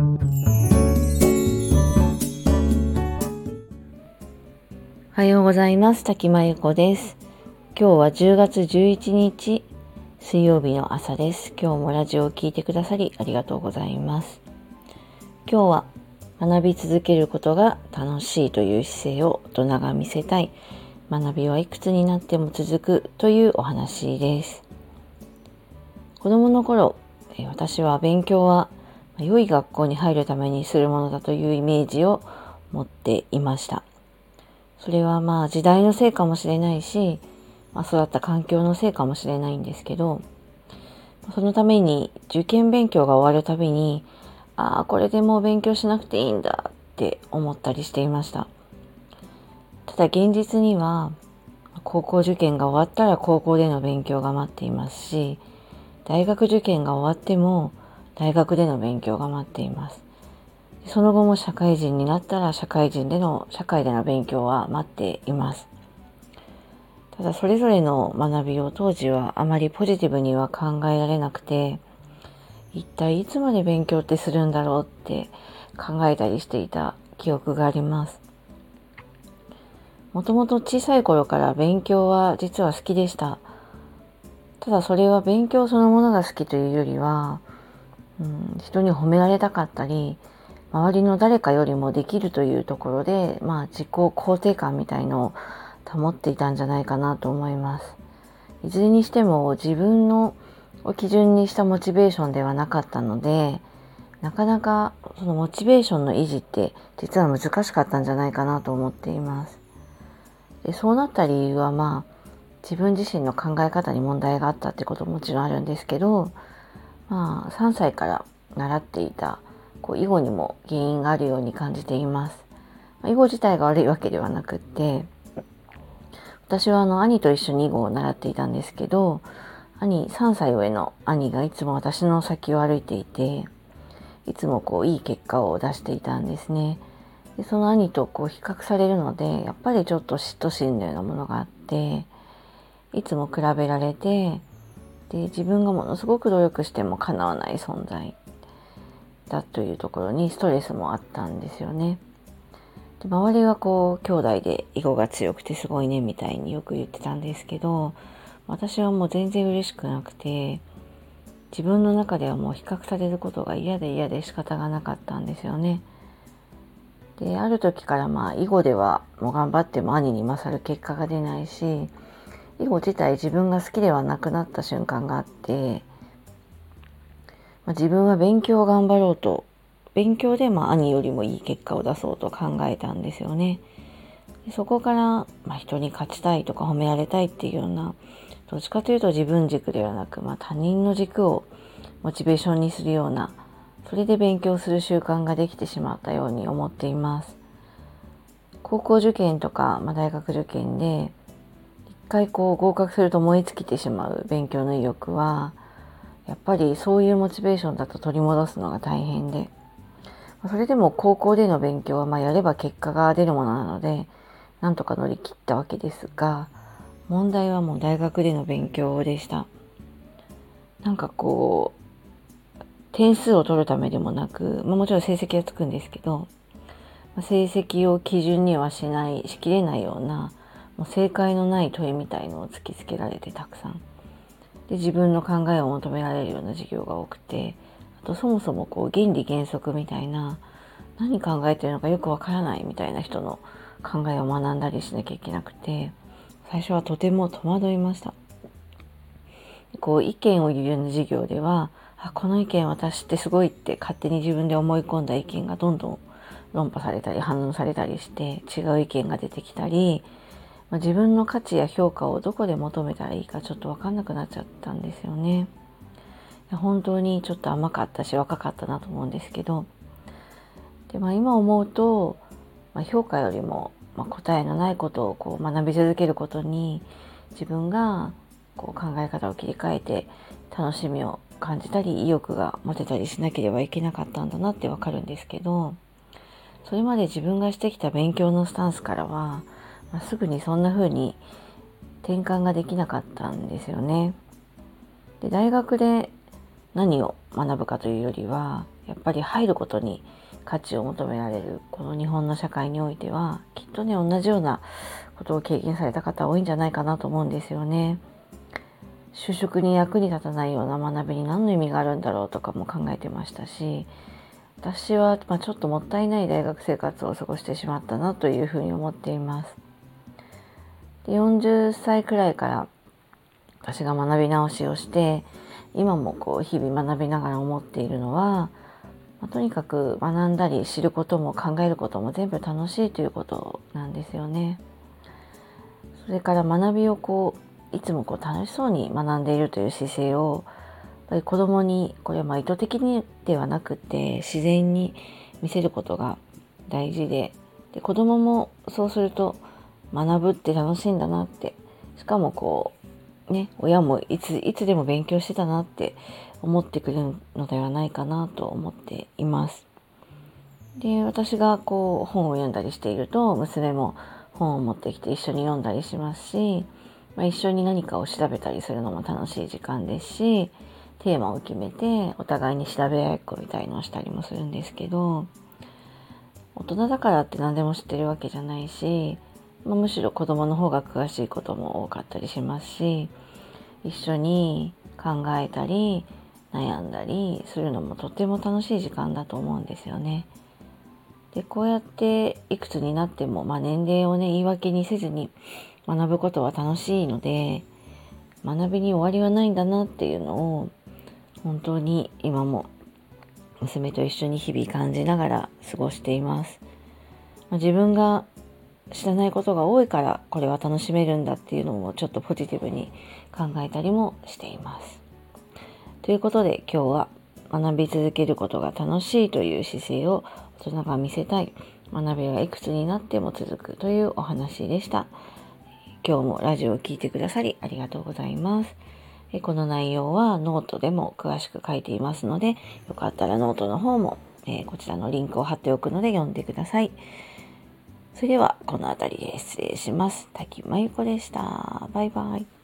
おはようございます。滝真由子です。今日は10月11日水曜日の朝です。今日もラジオを聞いてくださりありがとうございます。今日は学び続けることが楽しいという姿勢を大人が見せたい。学びはいくつになっても続くというお話です。子供の頃、私は勉強は良い学校に入るためにするものだというイメージを持っていました。それは時代のせいかもしれないし、育った環境のせいかもしれないんですけど、そのために受験勉強が終わるたびに、これでもう勉強しなくていいんだって思ったりしていました。ただ現実には、高校受験が終わったら高校での勉強が待っていますし、大学受験が終わっても大学での勉強が待っています。その後も社会人になったら社会での勉強は待っています。ただそれぞれの学びを当時はあまりポジティブには考えられなくて、一体いつまで勉強ってするんだろうって考えたりしていた記憶があります。もともと小さい頃から勉強は実は好きでした。ただそれは勉強そのものが好きというよりは、人に褒められたかったり、周りの誰かよりもできるというところで、自己肯定感みたいのを保っていたんじゃないかなと思います。いずれにしても自分のを基準にしたモチベーションではなかったので、なかなかそのモチベーションの維持って実は難しかったんじゃないかなと思っています。で、そうなった理由は自分自身の考え方に問題があったってことももちろんあるんですけど、3歳から習っていた囲碁にも原因があるように感じています。囲碁自体が悪いわけではなくって、私は兄と一緒に囲碁を習っていたんですけど、3歳上の兄がいつも私の先を歩いていて、いつもいい結果を出していたんですね。で、その兄と比較されるので、やっぱりちょっと嫉妬心のようなものがあって、いつも比べられて、で、自分がものすごく努力しても叶わない存在だというところにストレスもあったんですよね。で、周りは兄弟で囲碁が強くてすごいねみたいによく言ってたんですけど、私はもう全然嬉しくなくて、自分の中ではもう比較されることが嫌で仕方がなかったんですよね。で、ある時から囲碁ではもう頑張っても兄に勝る結果が出ないし、囲碁自体自分が好きではなくなった瞬間があって、自分は勉強を頑張ろうと、勉強で兄よりもいい結果を出そうと考えたんですよね。で、そこから人に勝ちたいとか褒められたいっていうような、どっちかというと自分軸ではなく、他人の軸をモチベーションにするような、それで勉強する習慣ができてしまったように思っています。高校受験とか、大学受験で一回合格すると燃え尽きてしまう勉強の意欲は、やっぱりそういうモチベーションだと取り戻すのが大変で、それでも高校での勉強はやれば結果が出るものなので、なんとか乗り切ったわけですが、問題はもう大学での勉強でした。点数を取るためでもなく、もちろん成績はつくんですけど、成績を基準にはしきれないような、もう正解のない問いみたいのを突きつけられてたくさん。で、自分の考えを求められるような授業が多くて、あとそもそも原理原則みたいな、何考えてるのかよくわからないみたいな人の考えを学んだりしなきゃいけなくて、最初はとても戸惑いました。意見を言うような授業では、この意見私ってすごいって勝手に自分で思い込んだ意見がどんどん論破されたり反論されたりして、違う意見が出てきたり、自分の価値や評価をどこで求めたらいいかちょっと分かんなくなっちゃったんですよね。本当にちょっと甘かったし若かったなと思うんですけど、で、今思うと、評価よりも、答えのないことを学び続けることに、自分が考え方を切り替えて楽しみを感じたり意欲が持てたりしなければいけなかったんだなってわかるんですけど、それまで自分がしてきた勉強のスタンスからは、すぐにそんな風に転換ができなかったんですよね。で、大学で何を学ぶかというよりは、やっぱり入ることに価値を求められるこの日本の社会においては、きっとね、同じようなことを経験された方多いんじゃないかなと思うんですよね。就職に役に立たないような学びに何の意味があるんだろうとかも考えてましたし、私はちょっともったいない大学生活を過ごしてしまったなというふうに思っています。で、40歳くらいから私が学び直しをして、今も日々学びながら思っているのは、とにかく学んだり知ることも考えることも全部楽しいということなんですよね。それから学びをいつも楽しそうに学んでいるという姿勢を、やっぱり子供に、これは意図的にではなくて自然に見せることが大事で、子供もそうすると学ぶって楽しいんだなって、しかも親もいつでも勉強してたなって思ってくれるのではないかなと思っています。で、私が本を読んだりしていると、娘も本を持ってきて一緒に読んだりしますし、一緒に何かを調べたりするのも楽しい時間ですし、テーマを決めてお互いに調べ合いっこみたいのをしたりもするんですけど、大人だからって何でも知ってるわけじゃないし、むしろ子供の方が詳しいことも多かったりしますし、一緒に考えたり悩んだりするのもとっても楽しい時間だと思うんですよね。で、こうやっていくつになっても、年齢を言い訳にせずに学ぶことは楽しいので、学びに終わりはないんだなっていうのを本当に今も娘と一緒に日々感じながら過ごしています。自分が知らないことが多いからこれは楽しめるんだっていうのもちょっとポジティブに考えたりもしています。ということで今日は学び続けることが楽しいという姿勢を大人が見せたい。学びがいくつになっても続くというお話でした。今日もラジオを聞いてくださりありがとうございます。この内容はノートでも詳しく書いていますので、よかったらノートの方も、こちらのリンクを貼っておくので読んでください。それではこの辺りで失礼します。滝真由子でした。バイバイ。